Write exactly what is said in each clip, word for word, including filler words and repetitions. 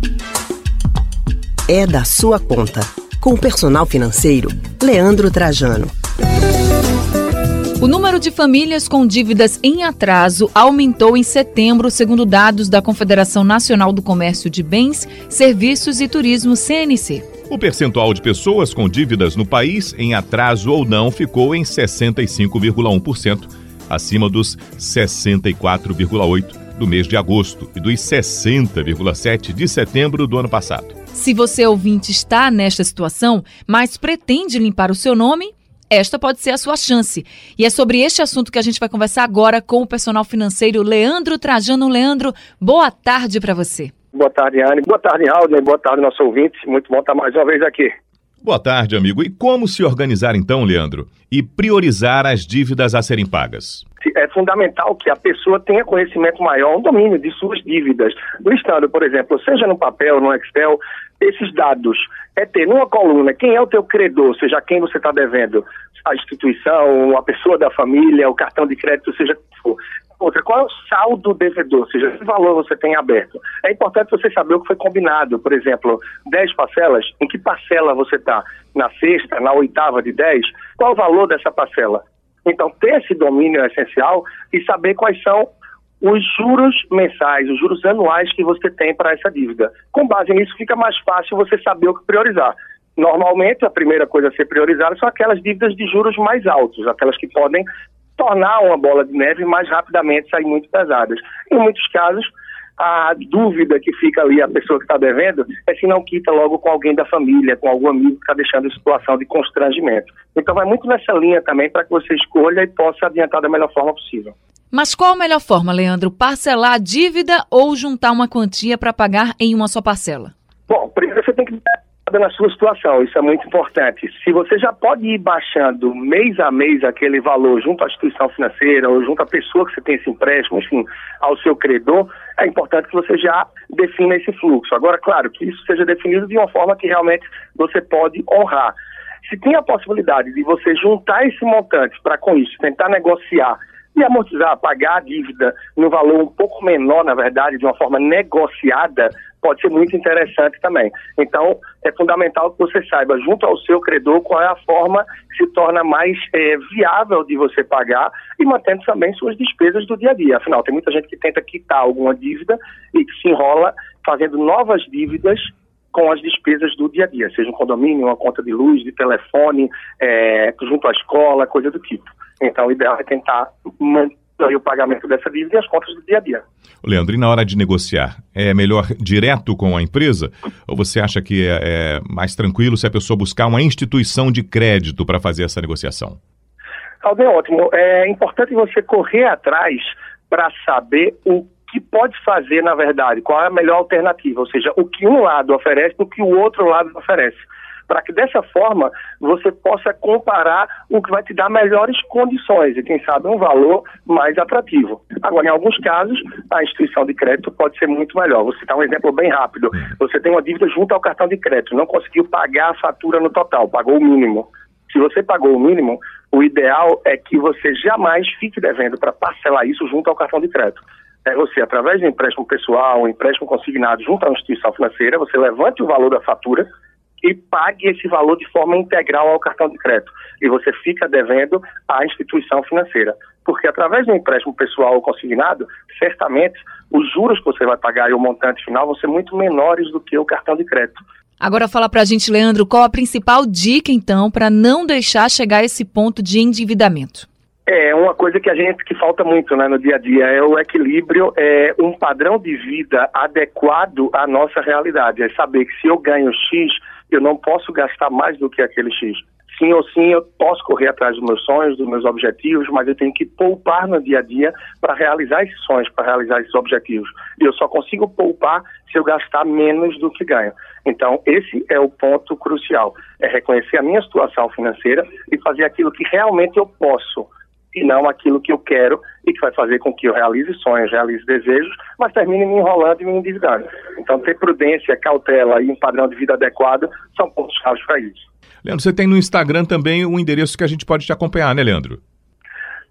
É da sua conta. Com o personal financeiro, Leandro Trajano. O número de famílias com dívidas em atraso aumentou em setembro, segundo dados da Confederação Nacional do Comércio de Bens, Serviços e Turismo, C N C. O percentual de pessoas com dívidas no país, em atraso ou não, ficou em sessenta e cinco vírgula um por cento, acima dos sessenta e quatro vírgula oito por cento do mês de agosto e dos sessenta vírgula sete por cento de setembro do ano passado. Se você, ouvinte, está nesta situação, mas pretende limpar o seu nome, esta pode ser a sua chance. E é sobre este assunto que a gente vai conversar agora com o personal financeiro Leandro Trajano. Leandro, boa tarde para você. Boa tarde, Anne. Boa tarde, Raul. Boa tarde, nosso ouvinte. Muito bom estar mais uma vez aqui. Boa tarde, amigo. E como se organizar então, Leandro, e priorizar as dívidas a serem pagas? É fundamental que a pessoa tenha conhecimento maior, um domínio de suas dívidas. Listando, por exemplo, seja no papel, no Excel, esses dados. É ter numa coluna quem é o teu credor, seja quem você está devendo, a instituição, a pessoa da família, o cartão de crédito, seja quem for. Outra, qual é o saldo devedor, ou seja, que valor você tem aberto. É importante você saber o que foi combinado. Por exemplo, dez parcelas, em que parcela você está? Na sexta, na oitava de dez? Qual o valor dessa parcela? Então, ter esse domínio é essencial e saber quais são os juros mensais, os juros anuais que você tem para essa dívida. Com base nisso, fica mais fácil você saber o que priorizar. Normalmente, a primeira coisa a ser priorizada são aquelas dívidas de juros mais altos, aquelas que podem tornar uma bola de neve e mais rapidamente sair muito pesadas. Em muitos casos, a dúvida que fica ali, a pessoa que está devendo, é se não quita logo com alguém da família, com algum amigo que está deixando em situação de constrangimento. Então vai muito nessa linha também para que você escolha e possa adiantar da melhor forma possível. Mas qual a melhor forma, Leandro? Parcelar a dívida ou juntar uma quantia para pagar em uma só parcela? Bom, primeiro você tem que na sua situação, isso é muito importante. Se você já pode ir baixando mês a mês aquele valor junto à instituição financeira ou junto à pessoa que você tem esse empréstimo, enfim, ao seu credor, é importante que você já defina esse fluxo. Agora, claro, que isso seja definido de uma forma que realmente você pode honrar. Se tem a possibilidade de você juntar esse montante para, com isso, tentar negociar e amortizar, pagar a dívida no valor um pouco menor, na verdade, de uma forma negociada, pode ser muito interessante também. Então, é fundamental que você saiba, junto ao seu credor, qual é a forma que se torna mais é, viável de você pagar e mantendo também suas despesas do dia a dia. Afinal, tem muita gente que tenta quitar alguma dívida e que se enrola fazendo novas dívidas com as despesas do dia a dia, seja um condomínio, uma conta de luz, de telefone, é, junto à escola, coisa do tipo. Então, o ideal é tentar manter o pagamento dessa dívida e as contas do dia a dia. Leandro, e na hora de negociar, é melhor direto com a empresa ou você acha que é, é mais tranquilo se a pessoa buscar uma instituição de crédito para fazer essa negociação? Alden, ótimo. É importante você correr atrás para saber o que pode fazer, na verdade, qual é a melhor alternativa, ou seja, o que um lado oferece e o que o outro lado oferece, para que dessa forma você possa comparar o que vai te dar melhores condições e, quem sabe, um valor mais atrativo. Agora, em alguns casos, a instituição de crédito pode ser muito melhor. Vou citar um exemplo bem rápido. Você tem uma dívida junto ao cartão de crédito, não conseguiu pagar a fatura no total, pagou o mínimo. Se você pagou o mínimo, o ideal é que você jamais fique devendo para parcelar isso junto ao cartão de crédito. É você, através de um empréstimo pessoal, um empréstimo consignado junto à instituição financeira, você levante o valor da fatura e pague esse valor de forma integral ao cartão de crédito. E você fica devendo à instituição financeira. Porque através de um empréstimo pessoal ou consignado, certamente os juros que você vai pagar e o montante final vão ser muito menores do que o cartão de crédito. Agora fala pra gente, Leandro, qual a principal dica, então, para não deixar chegar a esse ponto de endividamento? É uma coisa que a gente que falta muito, né, no dia a dia, é o equilíbrio, é um padrão de vida adequado à nossa realidade. É saber que se eu ganho X, eu não posso gastar mais do que aquele X. Sim ou sim, eu posso correr atrás dos meus sonhos, dos meus objetivos, mas eu tenho que poupar no dia a dia para realizar esses sonhos, para realizar esses objetivos. E eu só consigo poupar se eu gastar menos do que ganho. Então, esse é o ponto crucial, é reconhecer a minha situação financeira e fazer aquilo que realmente eu posso, e não aquilo que eu quero e que vai fazer com que eu realize sonhos, realize desejos, mas termine me enrolando e me endividando. Então, ter prudência, cautela e um padrão de vida adequado são pontos chaves para isso. Leandro, você tem no Instagram também um endereço que a gente pode te acompanhar, né, Leandro?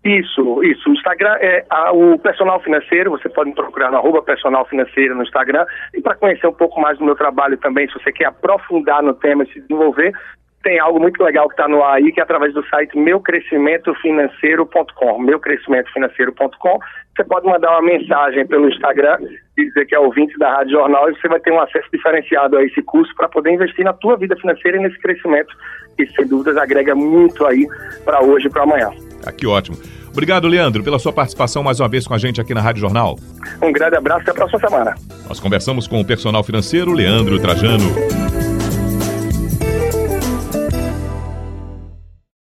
Isso, isso. O Instagram é a, o Personal Financeiro, você pode me procurar no arroba Personal Financeiro no Instagram. E para conhecer um pouco mais do meu trabalho também, se você quer aprofundar no tema e se desenvolver, tem algo muito legal que está no ar aí, que é através do site meu crescimento financeiro ponto com, meu crescimento financeiro ponto com. Você pode mandar uma mensagem pelo Instagram e dizer que é ouvinte da Rádio Jornal e você vai ter um acesso diferenciado a esse curso para poder investir na tua vida financeira e nesse crescimento que, sem dúvidas, agrega muito aí para hoje e para amanhã. Ah, que ótimo. Obrigado, Leandro, pela sua participação mais uma vez com a gente aqui na Rádio Jornal. Um grande abraço e até a próxima semana. Nós conversamos com o personal financeiro Leandro Trajano.